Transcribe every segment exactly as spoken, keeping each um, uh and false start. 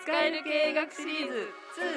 使える経営学シリーズツ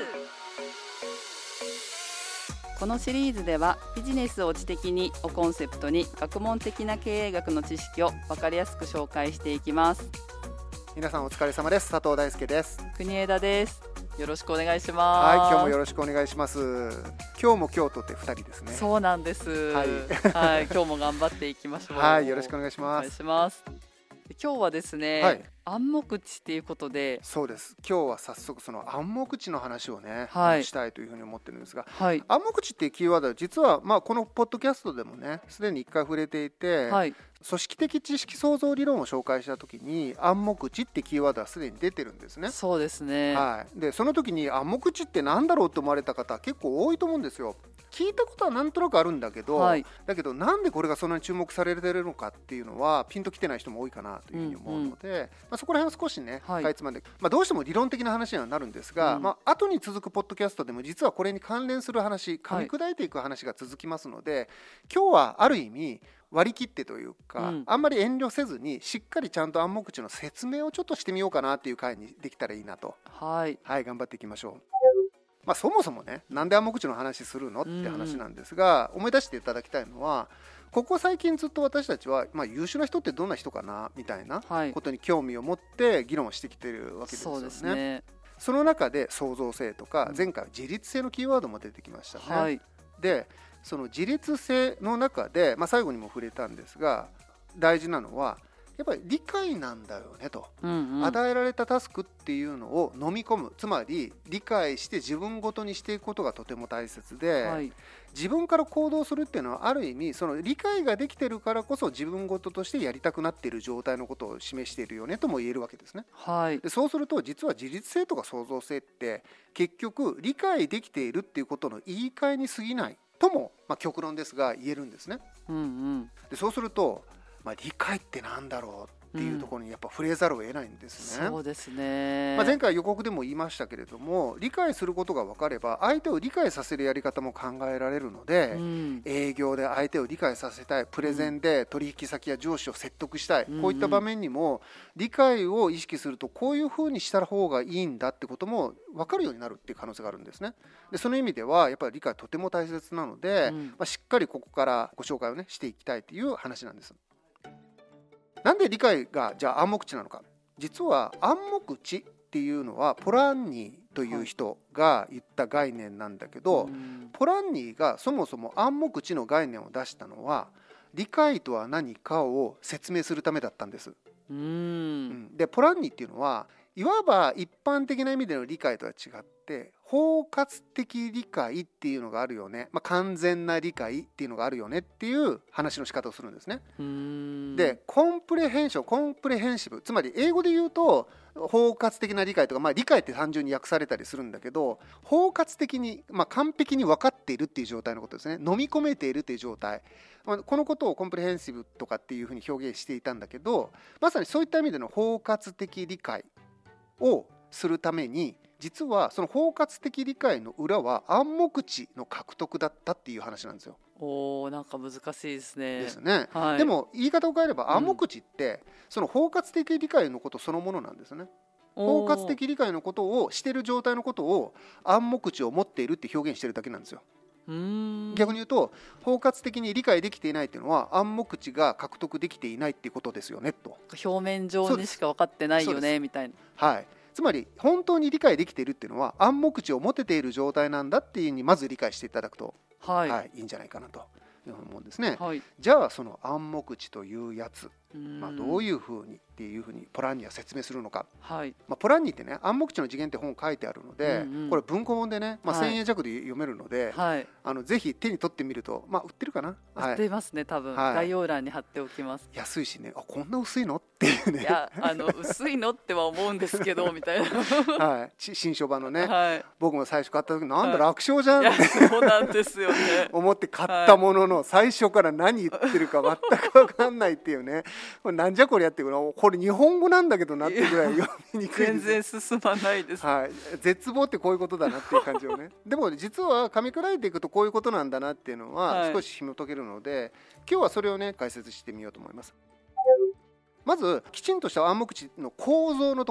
ー。このシリーズではビジネスを知的にをコンセプトに学問的な経営学の知識を分かりやすく紹介していきます。 皆さんお疲れ様です。佐藤大輔です。 国枝です。よろしくお願いします。 はい、今日もよろしくお願いします。今日も京都ってふたりですね。 そうなんです。はい、はい、今日も頑張っていきましょう。 はい、よろしくお願いします。 お願いします。今日はですね、はい、暗黙知っていうことで。 そうです。今日は早速その暗黙知の話をね、 はい、 したいというふうに思ってるんですが、 はい、 暗黙知っていうキーワードは実はまあこのポッドキャストでもねすでにいっかい触れていて、はい、組織的知識創造理論を紹介した時に暗黙知ってキーワードはすでに出てるんですね。 そうですね、 はい、でその時に暗黙知ってなんだろうと思われた方結構多いと思うんですよ。聞いたことはなんとなくあるんだけど、はい、だけどなんでこれがそんなに注目されてるのかっていうのはピンときてない人も多いかなというふうに思うので、うんうん、まあ、そこら辺を少しね、はい、かいつまんで、まあ、どうしても理論的な話にはなるんですが、うん、まあ後に続くポッドキャストでも実はこれに関連する話、噛み砕いていく話が続きますので、はい、今日はある意味割り切ってというか、うん、あんまり遠慮せずにしっかりちゃんと暗黙知の説明をちょっとしてみようかなっていう回にできたらいいなと、はい、はい、頑張っていきましょう。まあ、そもそもねなんで暗黙知の話するのって話なんですが、うんうん、思い出していただきたいのはここ最近ずっと私たちは、まあ、優秀な人ってどんな人かなみたいなことに興味を持って議論をしてきているわけですよね。そうですね。その中で創造性とか、前回は自律性のキーワードも出てきましたね、はい、でその自律性の中で、まあ、最後にも触れたんですが大事なのはやっぱり理解なんだよねと、うんうん、与えられたタスクっていうのを飲み込む、つまり理解して自分ごとにしていくことがとても大切で、はい、自分から行動するっていうのはある意味その理解ができてるからこそ自分ごととしてやりたくなっている状態のことを示しているよねとも言えるわけですね、はい、でそうすると実は自律性とか創造性って結局理解できているっていうことの言い換えに過ぎないとも、まあ、極論ですが言えるんですね、うんうん、でそうするとまあ、理解ってなんだろうっていうところにやっぱ触れざるを得ないんですね、うん、そうですね、まあ、前回予告でも言いましたけれども理解することが分かれば相手を理解させるやり方も考えられるので、うん、営業で相手を理解させたい、プレゼンで取引先や上司を説得したい、うん、こういった場面にも理解を意識するとこういうふうにした方がいいんだってことも分かるようになるっていう可能性があるんですね。でその意味ではやっぱり理解とても大切なので、うん、まあ、しっかりここからご紹介をねしていきたいという話なんです。なんで理解がじゃあ暗黙知なのか。実は暗黙知っていうのはポランニーという人が言った概念なんだけど、はい、ポランニーがそもそも暗黙知の概念を出したのは理解とは何かを説明するためだったんです。うーんでポランニーっていうのはいわば一般的な意味での理解とは違って包括的理解っていうのがあるよね、まあ、完全な理解っていうのがあるよねっていう話の仕方をするんですね。うーんでコンプレヘンションコンプレヘンシブ、つまり英語で言うと包括的な理解とか、まあ、理解って単純に訳されたりするんだけど包括的に、まあ、完璧に分かっているっていう状態のことですね。飲み込めているっていう状態、このことをコンプレヘンシブとかっていうふうに表現していたんだけど、まさにそういった意味での包括的理解をするために実はその包括的理解の裏は暗黙知の獲得だったっていう話なんですよ。 おー、なんか難しいですね。 ですね、はい、でも言い方を変えれば暗黙知ってその包括的理解のことそのものなんですね。包括的理解のことをしている状態のことを暗黙知を持っているって表現しているだけなんですよ。うーん逆に言うと包括的に理解できていないっていうのは暗黙知が獲得できていないっていうことですよねと。 表面上にしか分かってないよねみたいな。はい、 つまり本当に理解できているっていうのは暗黙知を持てている状態なんだっていうふうにまず理解していただくと、はいはい、いいんじゃないかなというふうに思うんですね、はい、じゃあその暗黙知というやつ、まあ、どういうふうにっていうふうにポランニは説明するのか、はいまあ、ポランニってね暗黙知の次元って本書いてあるので、うんうん、これ文庫本でね、まあ、せんえん弱で読めるので、はい、あのぜひ手に取ってみると、まあ、売ってるかな、 売ってますね多分、はい、概要欄に貼っておきます。 安いしね、あこんな薄いのっていうね、 いやあの薄いのっては思うんですけどみたいな、 はい、新書版のね、はい、僕も最初買った時なんだ、はい、楽勝じゃんってそうなんですよね思って買ったものの、はい、最初から何言ってるか全く分かんないっていうね、これなんじゃこれやってるの、これ日本語なんだけどなってぐらい読みにくい全然進まないです、 はい、絶望ってこういうことだなっていう感じをねでも実は噛み砕いていくとこういうことなんだなっていうのは少し紐解けるので、はい、今日はそれをね解説してみようと思います。まずきちんとした暗黙知の構造のところ、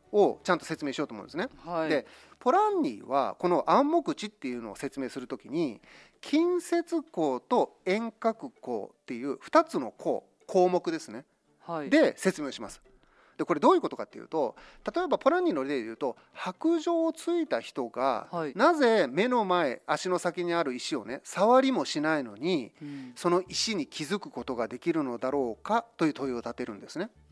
をちゃんと説明しようと思うんですね、 はい、 でポランニーはこの暗黙知っていうのを説明するときに近接項と遠隔項っていうふたつの項項目ですね、はい、で説明します。でこれどういうことかっていうと、例えばポランニーの例で言うと白杖をついた人が、はい、なぜ目の前足の先にある石をね触りもしないのに、うん、その石に気づくことができるのだろうかという問いを立てるんですね。うん、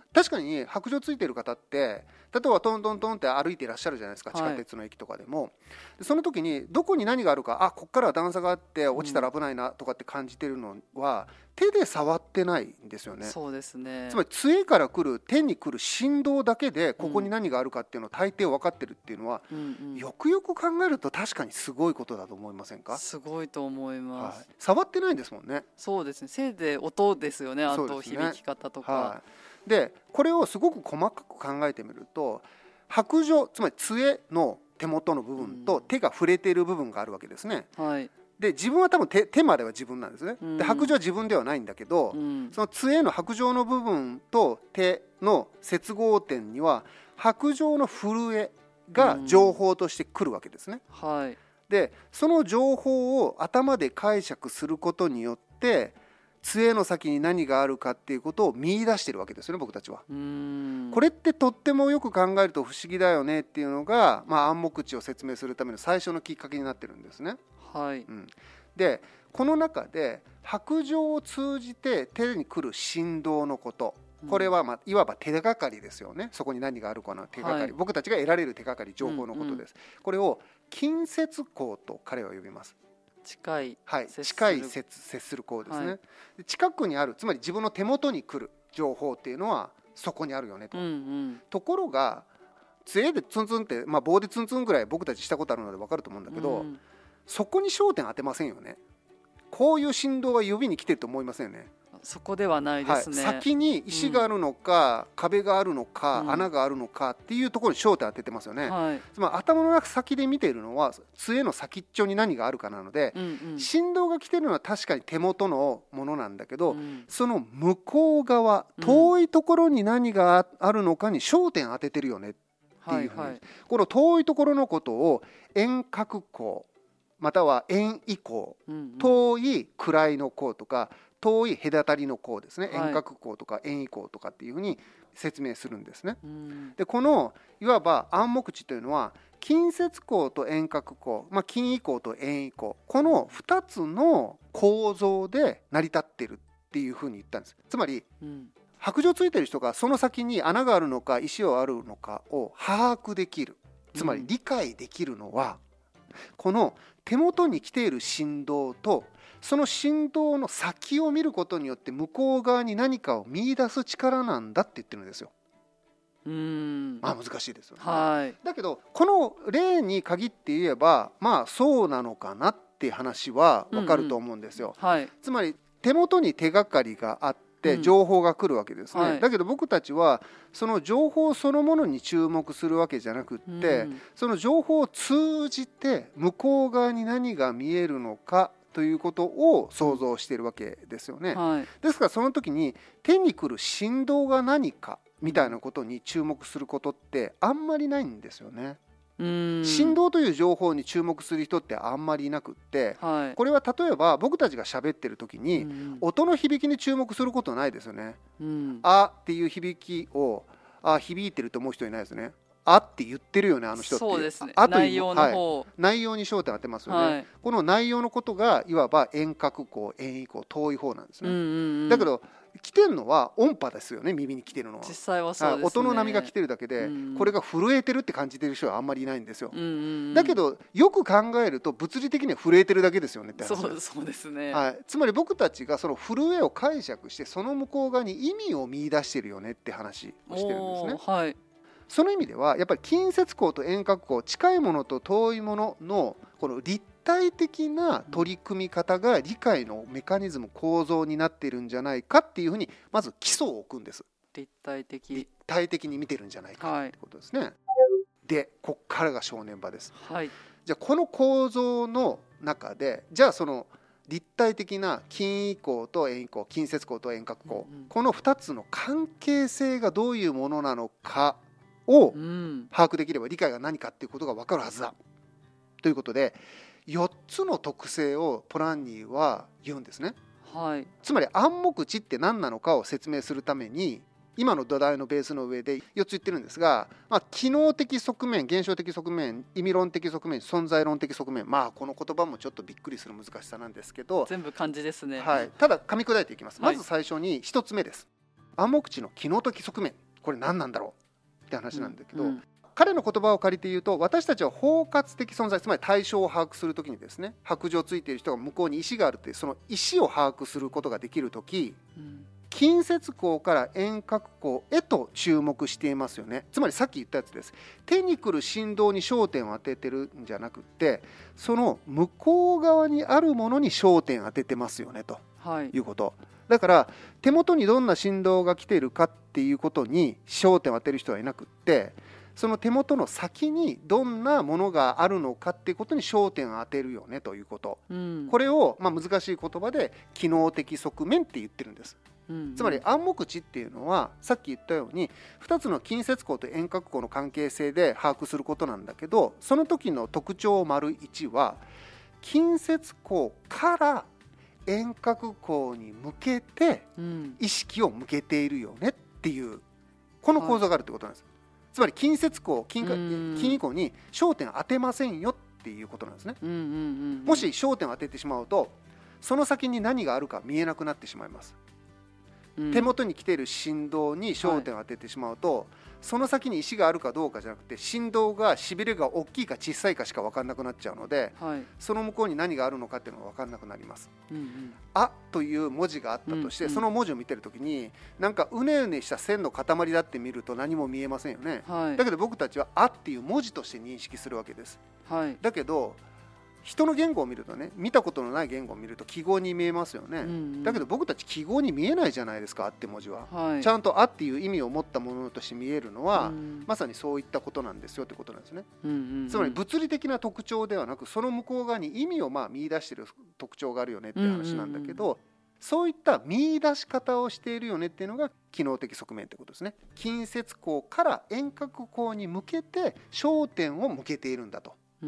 確かに白杖ついてる方って例えばトントントンって歩いていらっしゃるじゃないですか、地下鉄の駅とかでも、はい、でその時にどこに何があるか、あこっからは段差があって落ちたら危ないなとかって感じてるのは、うん、手で触ってないんですよね。 そうですね。 つまり杖から来る手に来る振動だけでここに何があるかっていうのを大抵分かってるっていうのは、うんうん、よくよく考えると確かにすごいことだと思いませんか？ すごいと思います、はい、 触ってないんですもんね。 そうですね。せいで音ですよね、あと響き方とか、 はい、でこれをすごく細かく考えてみると白杖、つまり杖の手元の部分と手が触れている部分があるわけですね、うん、はい、で自分は多分 手, 手までは自分なんですね、うん、で白杖は自分ではないんだけど、うん、その杖の白杖の部分と手の接合点には白杖の震えが情報として来るわけですね、うん、はい、でその情報を頭で解釈することによって杖の先に何があるかっていうことを見出してるわけですよね、僕たちは。うーん、これってとってもよく考えると不思議だよねっていうのが、まあ、暗黙知を説明するための最初のきっかけになってるんですね。はい、うん、でこの中で白杖を通じて手に来る振動のこと、これはまあいわば手がかりですよね。そこに何があるかの手がかり、はい、僕たちが得られる手がかり、情報のことです、うんうん、これを近接項と彼は呼びます。 近い、 はい、近い接する項ですね、はい、近くにある、つまり自分の手元に来る情報っていうのはそこにあるよねと、うんうん、ところが杖でツンツンって、まあ、棒でツンツンぐらい僕たちしたことあるので分かると思うんだけど、うん、そこに焦点当てませんよね。こういう振動が指に来てると思いませんよね。 そこではないですね、 はい、先に石があるのか、うん、壁があるのか、うん、穴があるのかっていうところに焦点当ててますよね、はい、つまり頭の先で見ているのは杖の先っちょに何があるかなので、うんうん、振動が来てるのは確かに手元のものなんだけど、うん、その向こう側遠いところに何があるのかに焦点当ててるよねっていうふうに、はいはい、この遠いところのことを遠隔項または遠位項、うんうん、遠い位の項とか遠い隔たりの項ですね、はい、遠隔項とか遠位項とかっていうふうに説明するんですね、うん、でこのいわば暗黙知というのは近接項と遠隔項、まあ、近位項と遠位項、このふたつの構造で成り立っているっていうふうに言ったんです。つまり、うん、白杖ついてる人がその先に穴があるのか石があるのかを把握できる、つまり理解できるのは、うん、この手元に来ている振動とその振動の先を見ることによって向こう側に何かを見出す力なんだって言ってるんですよ。うーん、まあ難しいですよね、はい、だけどこの例に限って言えばまあそうなのかなっていう話は分かると思うんですよ、うんうん、はい、つまり手元に手がかりがあって情報が来るわけですね、うんはい、だけど僕たちはその情報そのものに注目するわけじゃなくって、うん、その情報を通じて向こう側に何が見えるのかということを想像しているわけですよね、はい、ですからその時に手に来る振動が何かみたいなことに注目することってあんまりないんですよね。うーん、振動という情報に注目する人ってあんまりいなくって、はい、これは例えば僕たちが喋ってる時に音の響きに注目することないですよね、うん、あっていう響きをあ響いてると思う人いないですね。あって言ってるよねあの人って。 そうですね、 あという内容の方、 はい、内容に焦点当てますよね、はい、この内容のことがいわば遠隔項遠位項遠い方なんですね、うんうんうん、だけど来てるのは音波ですよね。耳に来てるのは実際はそうですね、 音の波が来てるだけで、うん、これが震えてるって感じてる人はあんまりいないんですよ、うんうんうん、だけどよく考えると物理的には震えてるだけですよねって話。 そう、そうですね、 はい、つまり僕たちがその震えを解釈してその向こう側に意味を見出してるよねって話をしてるんですね、はい、その意味ではやっぱり近接項と遠隔項、近いものと遠いもののこの立体的な取り組み方が理解のメカニズム構造になっているんじゃないかっていうふうにまず基礎を置くんです。 立体的立体的に見てるんじゃないかってことですね、はい、でこっからが正念場です、はい、じゃあこの構造の中でじゃあその立体的な近位項と遠位項、近接項と遠隔項、うんうん、このふたつの関係性がどういうものなのかを把握できれば理解が何かっていうことが分かるはずだということで、よっつの特性をポランニーは言うんですね。 はい、 つまり暗黙知って何なのかを説明するために今の土台のベースの上でよっつ言ってるんですが、まあ、機能的側面、現象的側面、意味論的側面、存在論的側面、まあこの言葉もちょっとびっくりする難しさなんですけど、 全部漢字ですね。 はい、ただ噛み砕いていきます。 はい、 まず最初にひとつめです。暗黙知の機能的側面、これ何なんだろうって話なんだけど、うんうん、彼の言葉を借りて言うと、私たちは包括的存在、つまり対象を把握するときにですね、白状ついている人が向こうに石があるっていうその石を把握することができるとき、うん近接光から遠隔光へと注目していますよね。つまりさっき言ったやつです。手に来る振動に焦点を当ててるんじゃなくて、その向こう側にあるものに焦点を当ててますよねということ、はい、だから手元にどんな振動が来ているかっていうことに焦点を当てる人はいなくって、その手元の先にどんなものがあるのかっていうことに焦点を当てるよねということ、うん、これをまあ難しい言葉で機能的側面って言ってるんです。つまり暗黙知っていうのはさっき言ったようにふたつの近接光と遠隔光の関係性で把握することなんだけど、その時の特徴丸いちは近接光から遠隔光に向けて意識を向けているよねっていうこの構造があるってことなんです、はい、つまり近接光近近位光に焦点当てませんよっていうことなんですね、うんうんうん、もし焦点を当ててしまうとその先に何があるか見えなくなってしまいます。手元に来ている振動に焦点を当ててしまうと、はい、その先に石があるかどうかじゃなくて振動がしびれが大きいか小さいかしか分からなくなっちゃうので、はい、その向こうに何があるのかっていうのが分からなくなります、うんうん、あという文字があったとして、うんうん、その文字を見てるときになんかうねうねした線の塊だって見ると何も見えませんよね、はい、だけど僕たちはあっていう文字として認識するわけです、はい、だけど人の言語を見るとね、見たことのない言語を見ると記号に見えますよね、うんうん、だけど僕たち記号に見えないじゃないですか、あって文字は、はい、ちゃんとあっていう意味を持ったものとして見えるのは、うん、まさにそういったことなんですよってことなんですね、うんうんうん、つまり物理的な特徴ではなくその向こう側に意味をまあ見出している特徴があるよねって話なんだけど、うんうんうん、そういった見出し方をしているよねっていうのが機能的側面ってことですね。近接光から遠隔光に向けて焦点を向けているんだと、うん、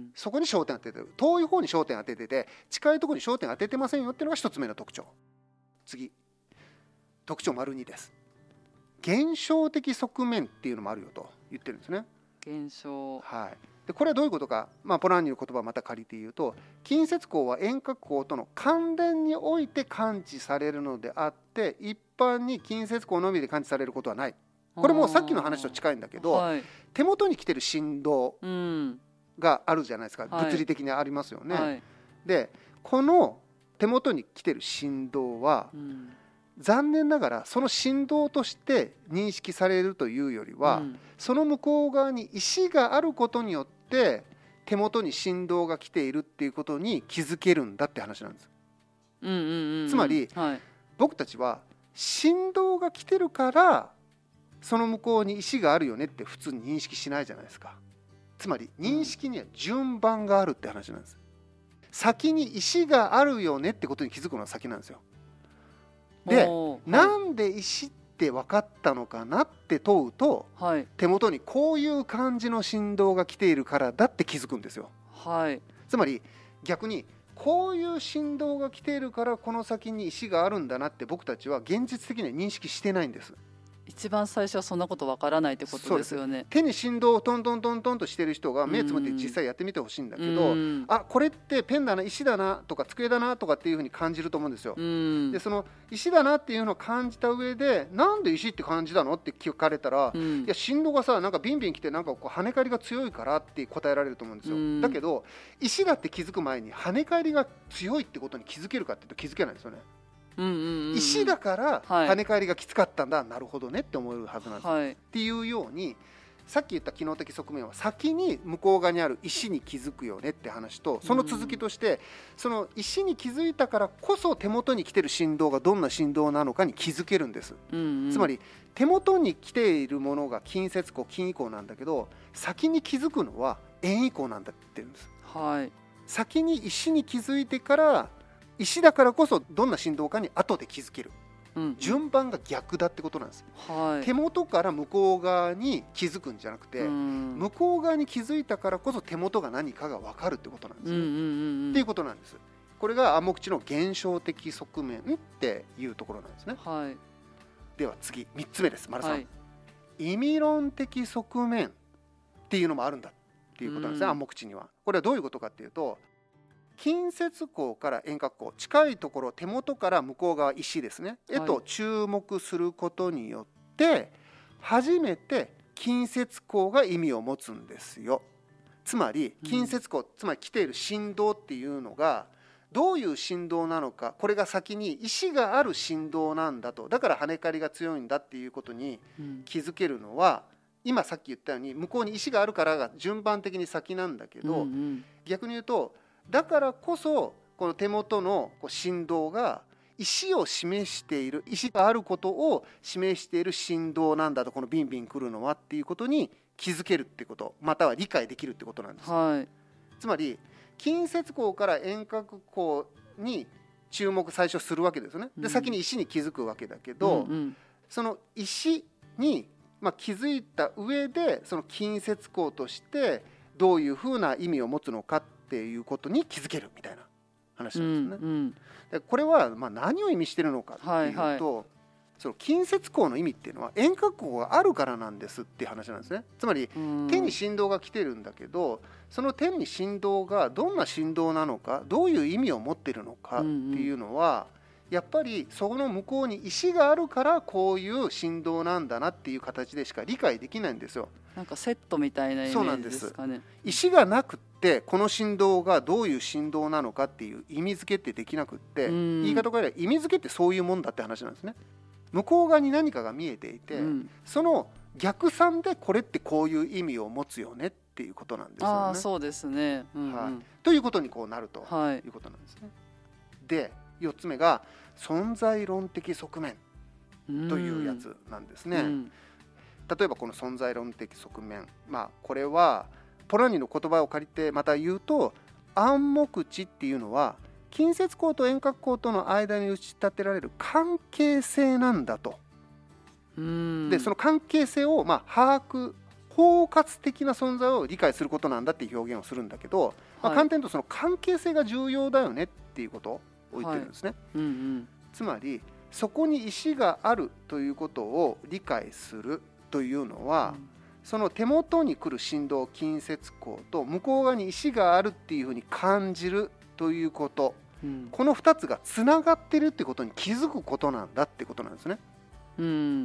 そこに焦点当ててる、遠い方に焦点当ててて近いところに焦点当ててませんよっていうのが一つ目の特徴。次、特徴丸にです。現象的側面っていうのもあるよと言ってるんですね。 現象、 はい、でこれはどういうことか、まあ、ポランニの言葉をまた借りて言うと、近接光は遠隔光との関連において感知されるのであって一般に近接光のみで感知されることはない。これもさっきの話と近いんだけど、はい、手元に来てる振動、うんがあるじゃないですか、はい、物理的にありますよね、はい、でこの手元に来てる振動は、うん、残念ながらその振動として認識されるというよりは、うん、その向こう側に石があることによって手元に振動が来ているっていうことに気づけるんだって話なんです、うんうんうんうん、つまり、はい、僕たちは振動が来てるからその向こうに石があるよねって普通に認識しないじゃないですか。つまり認識には順番があるって話なんです、うん、先に石があるよねってことに気づくのが先なんですよ。で、はい、なんで石って分かったのかなって問うと、はい、手元にこういう感じの振動が来ているからだって気づくんですよ、はい、つまり逆にこういう振動が来ているからこの先に石があるんだなって僕たちは現実的には認識してないんです。 一番最初はそんなことわからないってことですよね。 手に振動をトントントントンとしてる人が目つむって実際やってみてほしいんだけど、あ、これってペンだな、石だなとか机だなとかっていう風に感じると思うんですよ。でその石だなっていうのを感じた上で、なんで石って感じたのって聞かれたら、うん、いや振動がさなんかビンビン来てなんかこう跳ね返りが強いからって答えられると思うんですよ。だけど石だって気づく前に跳ね返りが強いってことに気づけるかっていうと気づけないですよね。うんうんうん、石だから跳ね返りがきつかったんだ、はい、なるほどねって思えるはずなんです、はい、っていうようにさっき言った機能的側面は先に向こう側にある石に気づくよねって話と、その続きとしてその石に気づいたからこそ手元に来てる振動がどんな振動なのかに気づけるんです、うんうん、つまり手元に来ているものが近接光近位光なんだけど、先に気づくのは遠位光なんだって言うんです、はい、先に石に気づいてから石だからこそどんな振動かに後で気づける。 うん、順番が逆だってことなんです、はい、手元から向こう側に気づくんじゃなくて、向こう側に気づいたからこそ手元が何かが分かるってことなんですね、うんうんうんうん、っていうことなんです。これが暗黙知の現象的側面っていうところなんですね、はい、では次みっつめです。丸さん、はい、意味論的側面っていうのもあるんだっていうことなんですね、暗黙知には。これはどういうことかっていうと、近接光から遠隔光、近いところ手元から向こう側石ですね、はい、へと注目することによって初めて近接光が意味を持つんですよ。つまり近接光、うん、つまり来ている振動っていうのがどういう振動なのか、これが先に石がある振動なんだと、だから跳ね返りが強いんだっていうことに気づけるのは、うん、今さっき言ったように向こうに石があるからが順番的に先なんだけど、うんうん、逆に言うとだからこそこの手元の振動が石を示している、石があることを示している振動なんだと、このビンビン来るのはっていうことに気づけるってこと、または理解できるってことなんです、はい、つまり近接光から遠隔光に注目最初するわけですよね。で先に石に気づくわけだけど、うんうん、その石に、まあ、気づいた上でその近接光としてどういうふうな意味を持つのかっていうことに気づけるみたいな話なんですね、うんうん、でこれはまあ何を意味しているのかっていうと、はいはい、その近接光の意味っていうのは遠隔光があるからなんですっていう話なんですね。つまり手に振動が来てるんだけど、その手に振動がどんな振動なのか、どういう意味を持っているのかっていうのは、うんうん、やっぱりその向こうに石があるからこういう振動なんだなっていう形でしか理解できないんですよ。 なんかセットみたいなイメージですかね。 石がなくってこの振動がどういう振動なのかっていう意味付けってできなくって、言い方を変えれば意味付けってそういうもんだって話なんですね。向こう側に何かが見えていて、うん、その逆算でこれってこういう意味を持つよねっていうことなんですよね。 あ、そうですね、うんうん、 はい、ということにこうなるということなんですね、はい、でよっつめが存在論的側面というやつなんですね、うんうん、例えばこの存在論的側面、まあ、これはポラニの言葉を借りてまた言うと、暗黙知っていうのは近接光と遠隔光との間に打ち立てられる関係性なんだと。うーんでその関係性をまあ把握、包括的な存在を理解することなんだっていう表現をするんだけど、はい、まあ、簡単に言うとその関係性が重要だよねっていうことを言ってるんですね、はい、うんうん、つまりそこに石があるということを理解するというのは、うん、その手元に来る振動近接光と向こう側に石があるっていうふうに感じるということ、うん、このふたつがつながってるってことに気づくことなんだってことなんですね、うん、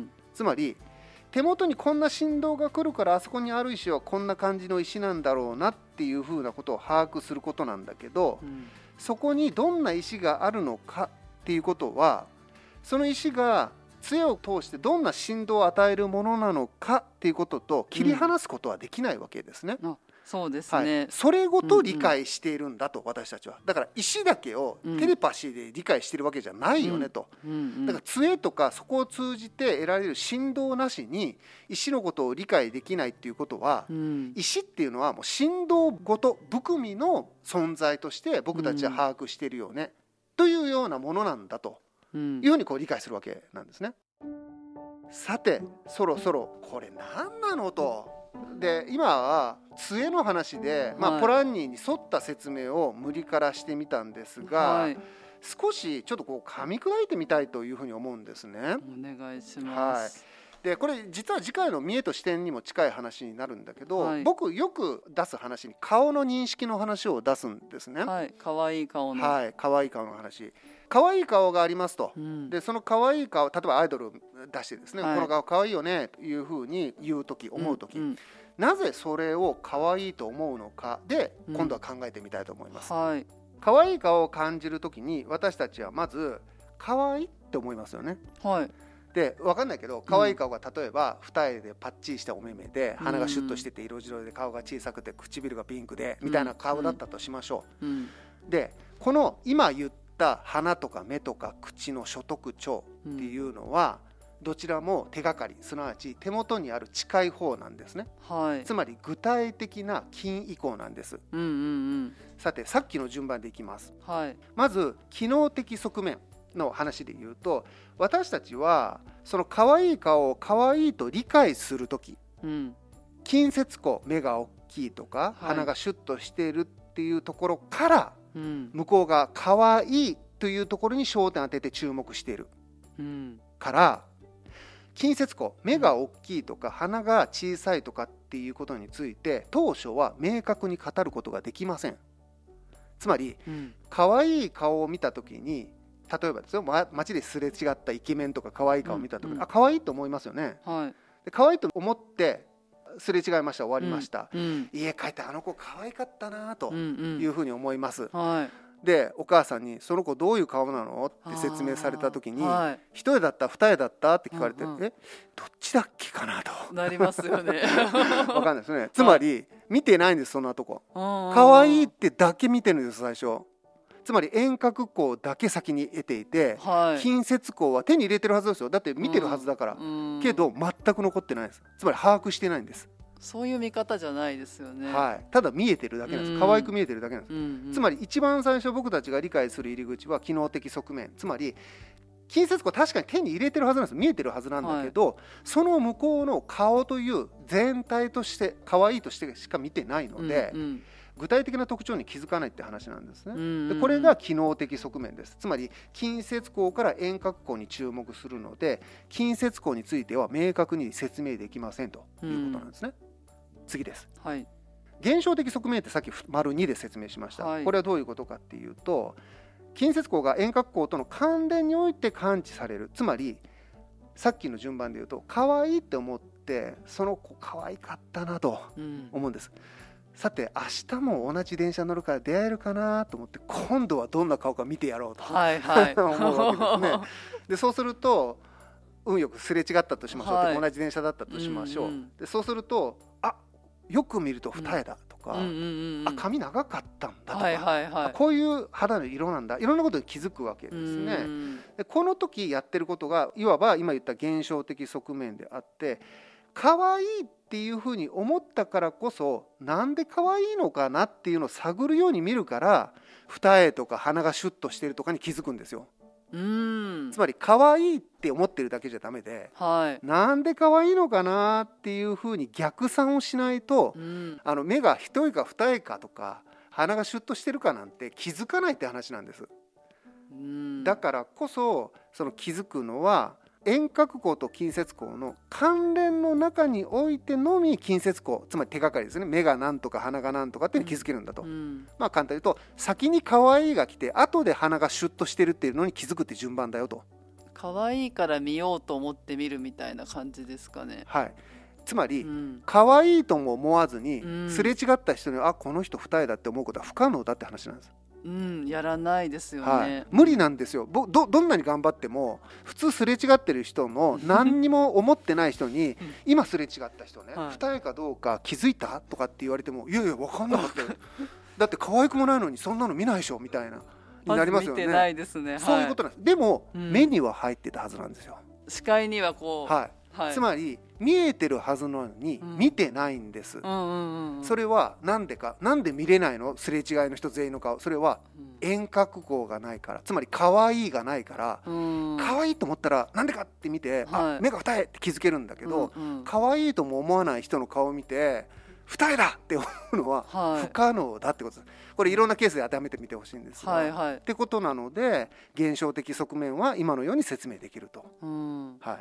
つまり手元にこんな振動が来るからあそこにある石はこんな感じの石なんだろうなっていうふうなことを把握することなんだけど、うん、そこにどんな石があるのかっていうことは、その石が杖を通してどんな振動を与えるものなのかっていうことと切り離すことはできないわけですね、うん、 そうですね、 はい、それごと理解しているんだと、うんうん、私たちは。だから石だけをテレパシーで理解しているわけじゃないよねと、うんうんうん、だから杖とかそこを通じて得られる振動なしに石のことを理解できないっていうことは、うん、石っていうのはもう振動ごと含みの存在として僕たちは把握しているよね、うん、というようなものなんだというふうにこう理解するわけなんですね。さてそろそろこれ何なのと。で今は杖の話で、まあはい、ポランニーに沿った説明を無理からしてみたんですが、はい、少しちょっとこう噛み砕いてみたいというふうに思うんですね。 お願いします、 はい、でこれ実は次回の見栄と視点にも近い話になるんだけど、はい、僕よく出す話に顔の認識の話を出すんですね。 はい、かわいい顔の、 はい、かわいい顔の話。可愛い顔がありますと、うん、でその可愛い顔、例えばアイドル出してですね、はい、この顔可愛いよねというふうに言うとき、思うとき、うんうん、なぜそれを可愛いと思うのかで、うん、今度は考えてみたいと思います、はい、可愛い顔を感じるときに私たちはまず可愛いって思いますよね、はい、で分かんないけど可愛い顔が例えば二重でパッチリしたお目目で、うん、鼻がシュッとしてて色白で顔が小さくて唇がピンクでみたいな顔だったとしましょう、うんうん、でこの今言った鼻とか目とか口の所得徴っていうのは、うん、どちらも手がかり、すなわち手元にある近い方なんですね、はい、つまり具体的な近意向なんです、うんうんうん、さてさっきの順番でいきます、はい、まず機能的側面の話で言うと、私たちはその可愛い顔を可愛いと理解するとき、うん、近接口、目が大きいとか、はい、鼻がシュッとしているっていうところから、うん、向こうが可愛いというところに焦点を当てて注目している、うん、から近接口、目が大きいとか鼻が小さいとかっていうことについて当初は明確に語ることができません。つまり、うん、可愛い顔を見たときに、例えばですよ、ま、街ですれ違ったイケメンとか可愛い顔を見たときに、うんうん、あ、可愛いと思いますよね、はい、で可愛いと思ってすれ違いました、終わりました、うんうん、家帰ってあの子可愛かったなというふうに思います、うんうん、はい、でお母さんにその子どういう顔なのって説明された時に、はい、一重だった二重だったって聞かれて、うんうん、えどっちだっけかなとなりますよねわかんないですね。つまり見てないんです、そんなとこ。可愛いってだけ見てるんです最初。つまり遠隔光だけ先に得ていて、はい、近接光は手に入れてるはずですよ。だって見てるはずだから、うんうん、けど全く残ってないです。つまり把握してないんです。 そういう見方じゃないですよね、 はい、ただ見えてるだけなんです。可愛く見えてるだけなんです、うんうん、つまり一番最初僕たちが理解する入り口は機能的側面、つまり近接光確かに手に入れてるはずなんです、見えてるはずなんだけど、はい、その向こうの顔という全体として可愛いとしてしか見てないので、うんうん、具体的な特徴に気づかないって話なんですね、うんうん、でこれが機能的側面です。つまり近接光から遠隔光に注目するので、近接光については明確に説明できませんということなんですね、うん、次です、はい、現象的側面ってさっき丸にで説明しました、はい、これはどういうことかっていうと、近接光が遠隔光との関連において感知される。つまりさっきの順番で言うと、可愛いって思ってその子可愛かったなと思うんです、うん、さて明日も同じ電車乗るから出会えるかなと思って、今度はどんな顔か見てやろうと、はいはい、思うわけですね。でそうすると運よくすれ違ったとしましょう、はい、同じ電車だったとしましょう、うんうん、でそうすると、あ、よく見ると二重だとか、うんうんうんうん、あ、髪長かったんだとか、はいはいはい、こういう肌の色なんだ、いろんなことに気づくわけですね。でこの時やってることがいわば今言った現象的側面であって、可愛いっていうふうに思ったからこそ、なんで可愛いのかなっていうのを探るように見るから、二重とか鼻がシュッとしてるとかに気づくんですよ。うん、つまり可愛いって思ってるだけじゃダメで、はい、なんで可愛いのかなっていうふうに逆算をしないと、うん、あの目が一重か二重かとか鼻がシュッとしてるかなんて気づかないって話なんです、うん、だからこそその気づくのは遠隔光と近接光の関連の中においてのみ近接光、つまり手がかりですね、目がなんとか鼻がなんとかっていうのに気づけるんだと、うんうん、まあ簡単に言うと、先に可愛いが来て後で鼻がシュッとしてるっていうのに気づくって順番だよと。 可愛いから見ようと思って見るみたいな感じですかね。 はい、つまり、うん、可愛いとも思わずに、うん、すれ違った人に、あ、この人二重だって思うことは不可能だって話なんです。 うん、やらないですよね、はい、 無理なんですよ。 ど, どんなに頑張っても普通すれ違ってる人の何にも思ってない人に今すれ違った人ね、はい、二重かどうか気づいたとかって言われても、いやいや分かんなかったよだって可愛くもないのにそんなの見ないでしょみたいなになりますよね。 見てないですね、はい、 そういうことなんです。でも、うん、目には入ってたはずなんですよ。 視界にはこう、 はいはい、つまり見えてるはずなのに見てないんです、うんうんうんうん、それはなんでか、なんで見れないの、すれ違いの人全員の顔。それは遠隔光がないから、つまり可愛いがないから、うん、可愛いと思ったらなんでかって見て、はい、あ、目が二重って気づけるんだけど、うんうん、可愛いとも思わない人の顔を見て二重だって思うのは不可能だってことです。これいろんなケースで当てはめてみてほしいんですが、はいはい、ってことなので現象的側面は今のように説明できると、うん、はい、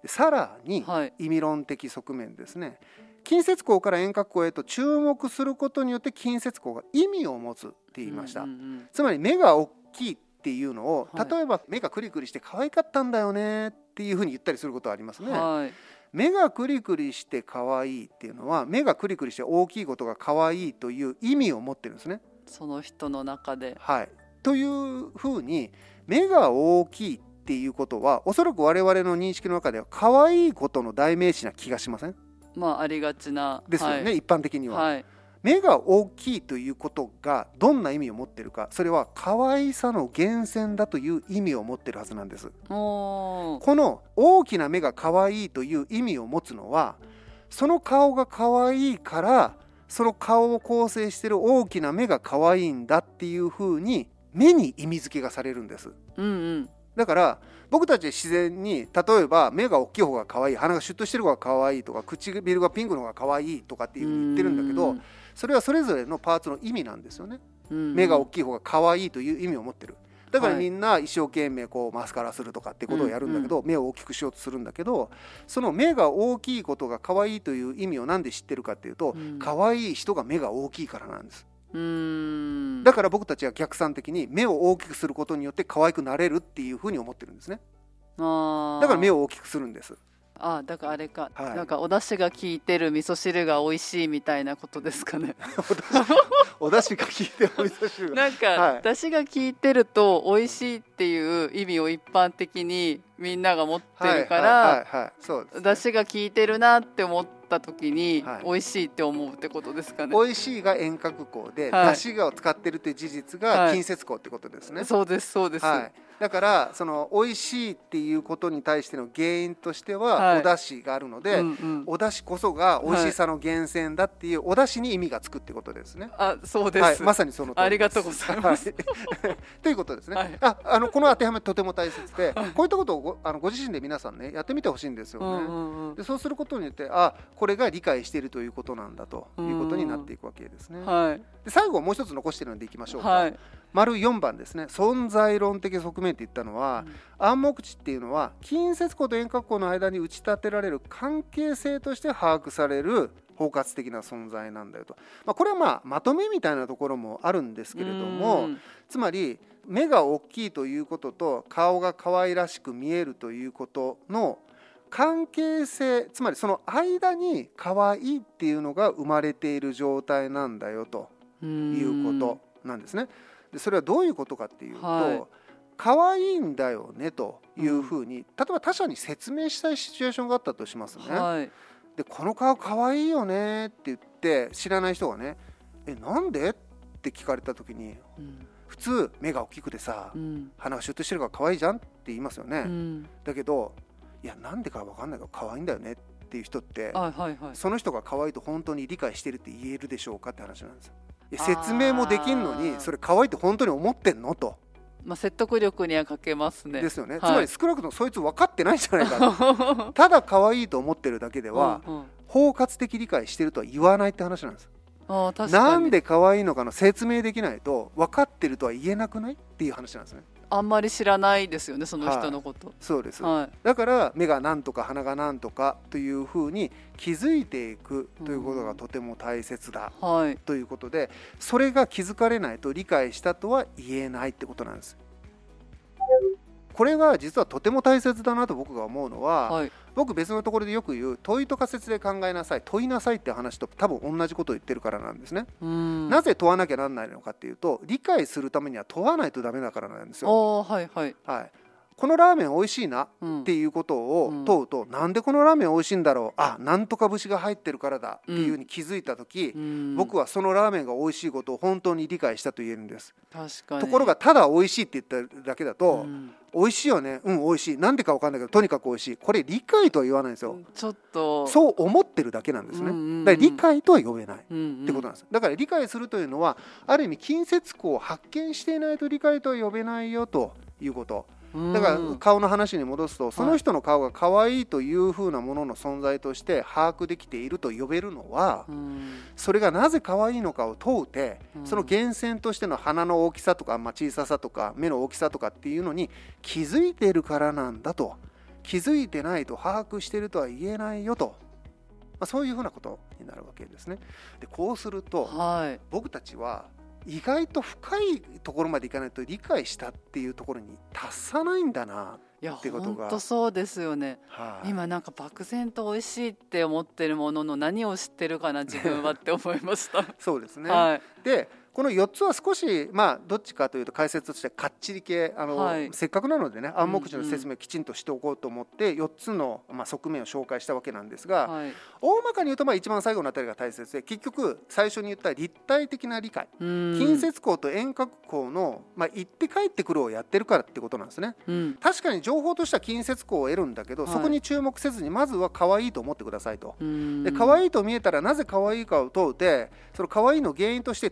さらに意味論的側面ですね。近接光から遠隔光へと注目することによって近接光が意味を持つって言いました、うんうんうん、つまり目が大きいっていうのを、例えば目がクリクリして可愛かったんだよねっていうふうに言ったりすることはありますね、はい、目がクリクリして可愛いっていうのは、目がクリクリして大きいことが可愛いという意味を持ってるんですね、 その人の中で、 はい、というふうに目が大きいっていうことはおそらく我々の認識の中では可愛いことの代名詞な気がしません？ まあありがちなですよね、はい、一般的には、はい、目が大きいということがどんな意味を持っているか、それは可愛さの源泉だという意味を持っているはずなんです。この大きな目が可愛いという意味を持つのは、その顔が可愛いからその顔を構成している大きな目が可愛いんだっていうふうに目に意味付けがされるんです、うんうん、 だから僕たち自然に例えば目が大きい方が可愛い、鼻がシュッとしてる方が可愛いとか、唇がピンクの方が可愛いとかっていうふうに言ってるんだけど、それはそれぞれのパーツの意味なんですよね。目が大きい方が可愛いという意味を持ってる。だからみんな一生懸命こうマスカラするとかってことをやるんだけど、目を大きくしようとするんだけど、その目が大きいことが可愛いという意味をなんで知ってるかっていうと、可愛い人が目が大きいからなんです。うーん、だから僕たちは逆算的に目を大きくすることによって可愛くなれるっていうふうに思ってるんですね。あ、だから目を大きくするんです。 あ、だからあれか、はい、なんかお出汁が効いてる味噌汁が美味しいみたいなことですかね。 お出汁が効いてる味噌汁なんか、はい、出汁が効いてると美味しいっていう意味を一般的にみんなが持ってるから出汁が効いてるなって思った時に、はい、美味しいって思うってことですかね。 美味しいが遠隔項で、はい、出汁を使ってるという事実が近接項ってことですね、はい、 そうですそうです、はい、 だからその美味しいっていうことに対しての原因としては、はい、お出汁があるので、うんうん、お出汁こそが美味しさの源泉だっていう、はい、お出汁に意味がつくってことですね。 あ、そうです、 はい、まさにその通りです。 ありがとうございます、 はい、ということですね、はい、ああのこの当てはめとても大切で、はい、こういったことを ご, あのご自身で皆さんねやってみてほしいんですよね、うんうんうん、でそうすることによって、あ、これが理解しているということなんだということになっていくわけですね、うんうん、はい、で最後もう一つ残しているのでいきましょうか、はい、丸よんばんですね。存在論的側面って言ったのは、うん、暗黙知っていうのは近接項と遠隔項の間に打ち立てられる関係性として把握される包括的な存在なんだよと、まあ、これはまあまとめみたいなところもあるんですけれども、つまり目が大きいということと顔が可愛らしく見えるということの関係性、つまりその間に可愛いっていうのが生まれている状態なんだよということなんですね。でそれはどういうことかっていうと、はい、可愛いんだよねというふうに、例えば他者に説明したいシチュエーションがあったとしますね、はい、でこの顔可愛いよねって言って知らない人がね、えなんでって聞かれた時に、うん、普通目が大きくてさ、うん、鼻がシュッとしてるから可愛いじゃんって言いますよね、うん、だけどいやなんでか分かんないけど可愛いんだよねっていう人って、はいはいはい、その人が可愛いと本当に理解してるって言えるでしょうかって話なんですよ。説明もできんのにそれ可愛いって本当に思ってんのと、 まあ、説得力には欠けますね。 ですよね、はい、つまり少なくともそいつ分かってないんじゃないかとただ可愛いと思ってるだけでは、うんうん、包括的理解してるとは言わないって話なんです。あ、確かに。なんで可愛いのかの説明できないと分かってるとは言えなくないっていう話なんですね。 あんまり知らないですよね、その人のこと、はい、 そうです、はい、だから目がなんとか鼻がなんとかというふうに気づいていくということがとても大切だ、うん、はい、ということで、それが気づかれないと理解したとは言えないってことなんです。これが実はとても大切だなと僕が思うのは、はい、僕別のところでよく言う問いと仮説で考えなさい、問いなさいって話と多分同じことを言ってるからなんですね。うん、なぜ問わなきゃなんないのかっていうと、理解するためには問わないとダメだからなんですよ。はいはいはい、このラーメン美味しいなっていうことを問うと、うん、なんでこのラーメン美味しいんだろう、あ、なんとか節が入ってるからだっていうふうに気づいた時、うん、僕はそのラーメンが美味しいことを本当に理解したと言えるんです。確かに。ところがただ美味しいって言っただけだと、うん、美味しいよね、うん美味しい、なんでか分かんないけどとにかく美味しい、これ理解とは言わないんですよ。ちょっとそう思ってるだけなんですね、うんうんうん、だから理解とは呼べない、うんうん、ってことなんです。だから理解するというのはある意味近接項を発見していないと理解とは呼べないよということ。だから顔の話に戻すと、その人の顔が可愛いという風なものの存在として把握できていると呼べるのは、それがなぜ可愛いのかを問うて、その源泉としての鼻の大きさとか、まあ、小ささとか目の大きさとかっていうのに気づいているからなんだと。気づいてないと把握しているとは言えないよと、まあ、そういう風なことになるわけですね。でこうすると、はい、僕たちは意外と深いところまでいかないと理解したっていうところに達さないんだなってことが。いや本当そうですよね、はい、今なんか漠然と美味しいって思ってるものの何を知ってるかな自分はって思いましたそうですね、はい、でこのよっつは少し、まあ、どっちかというと解説としてかっちり系、あの、はい、せっかくなのでね暗黙知の説明をきちんとしておこうと思ってよっつの、まあ、側面を紹介したわけなんですが、はい、大まかに言うとまあ一番最後のあたりが大切で、結局最初に言った立体的な理解、近接項と遠隔項の、まあ、行って帰ってくるをやってるからってことなんですね、うん、確かに情報としては近接項を得るんだけど、はい、そこに注目せずにまずは可愛いと思ってくださいと。で可愛いと見えたらなぜ可愛いかを問うて、その可愛いの原因として手元に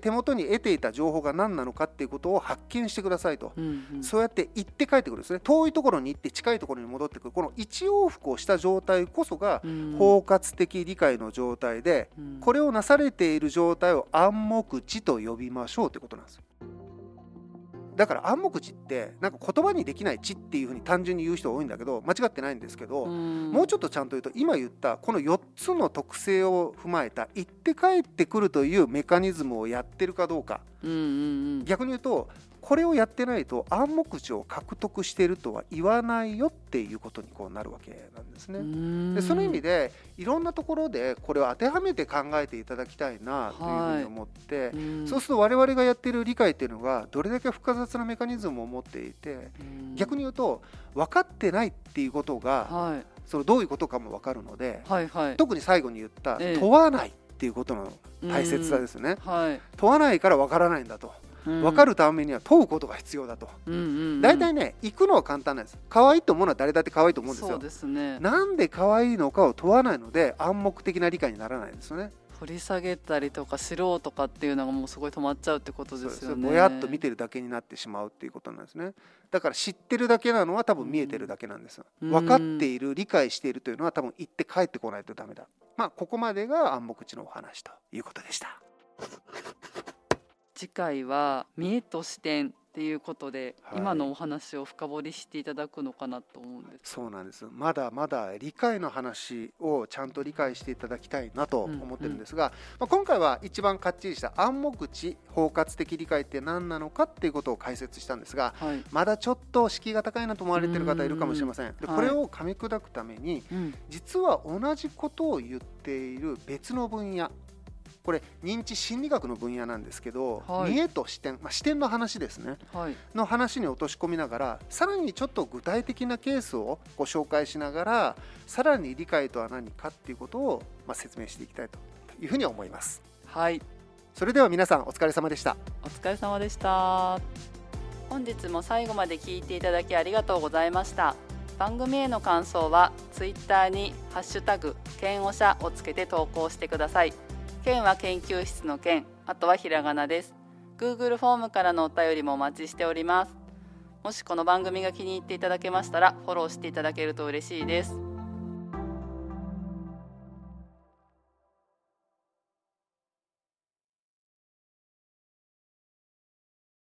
得ていた情報が何なのかっていうことを発見してくださいと、 うんうん、 そうやって行って帰ってくるんですね。遠いところに行って近いところに戻ってくる、この一往復をした状態こそが包括的理解の状態で、うん、これをなされている状態を暗黙知と呼びましょうということなんです。だから暗黙知ってなんか言葉にできない知っていうふうに単純に言う人多いんだけど、間違ってないんですけど、うん、もうちょっとちゃんと言うと今言ったこのよっつの特性を踏まえた行って帰ってくるというメカニズムをやってるかどうか、 うんうんうん、 逆に言うとこれをやってないと暗黙知を獲得しているとは言わないよっていうことにこうなるわけなんですね。でその意味でいろんなところでこれを当てはめて考えていただきたいなというふうに思って、はい、そうすると我々がやっている理解っていうのがどれだけ複雑なメカニズムを持っていて、逆に言うと分かってないっていうことが、はい、そのどういうことかも分かるので、はいはい、特に最後に言った、ええ、問わないっていうことの大切さですね、はい、問わないから分からないんだと、分かるためには問うことが必要だと。大体、うんうん、ね行くのは簡単なんです。可愛いと思うのは誰だって可愛いと思うんですよ。 そうですね。 なんで可愛いのかを問わないので暗黙的な理解にならないですよね。 掘り下げたりとか知ろうとかっていうのがもうすごい止まっちゃうってことですよね。 ぼやっと見てるだけになってしまうっていうことなんですね。だから知ってるだけなのは多分見えてるだけなんですよ、うん、分かっている理解しているというのは多分行って帰ってこないとダメだ。まあここまでが暗黙知のお話ということでした。 次回は見栄と視点っていうことで、はい、今のお話を深掘りしていただくのかなと思うんです。 そうなんです。まだまだ理解の話をちゃんと理解していただきたいなと思ってるんですが、うんうんまあ、今回は一番かっちりした暗黙知包括的理解って何なのかっていうことを解説したんですが、はい、まだちょっと敷居が高いなと思われている方いるかもしれません。でこれを噛み砕くために、はい、実は同じことを言っている別の分野、これ認知心理学の分野なんですけど、はい、見栄と視点、まあ、視点の話ですね、はい、の話に落とし込みながらさらにちょっと具体的なケースをご紹介しながらさらに理解とは何かっていうことを、まあ、説明していきたいというふうに思います。 はい、 それでは皆さんお疲れ様でした。 お疲れ様でした。本日も最後まで聞いていただきありがとうございました。番組への感想はツイッターにハッシュタグ剣おしゃをつけて投稿してください。剣は研究室の剣、あとはひらがなです。 Google フォームからのお便りもお待ちしております。もしこの番組が気に入っていただけましたらフォローしていただけると嬉しいです。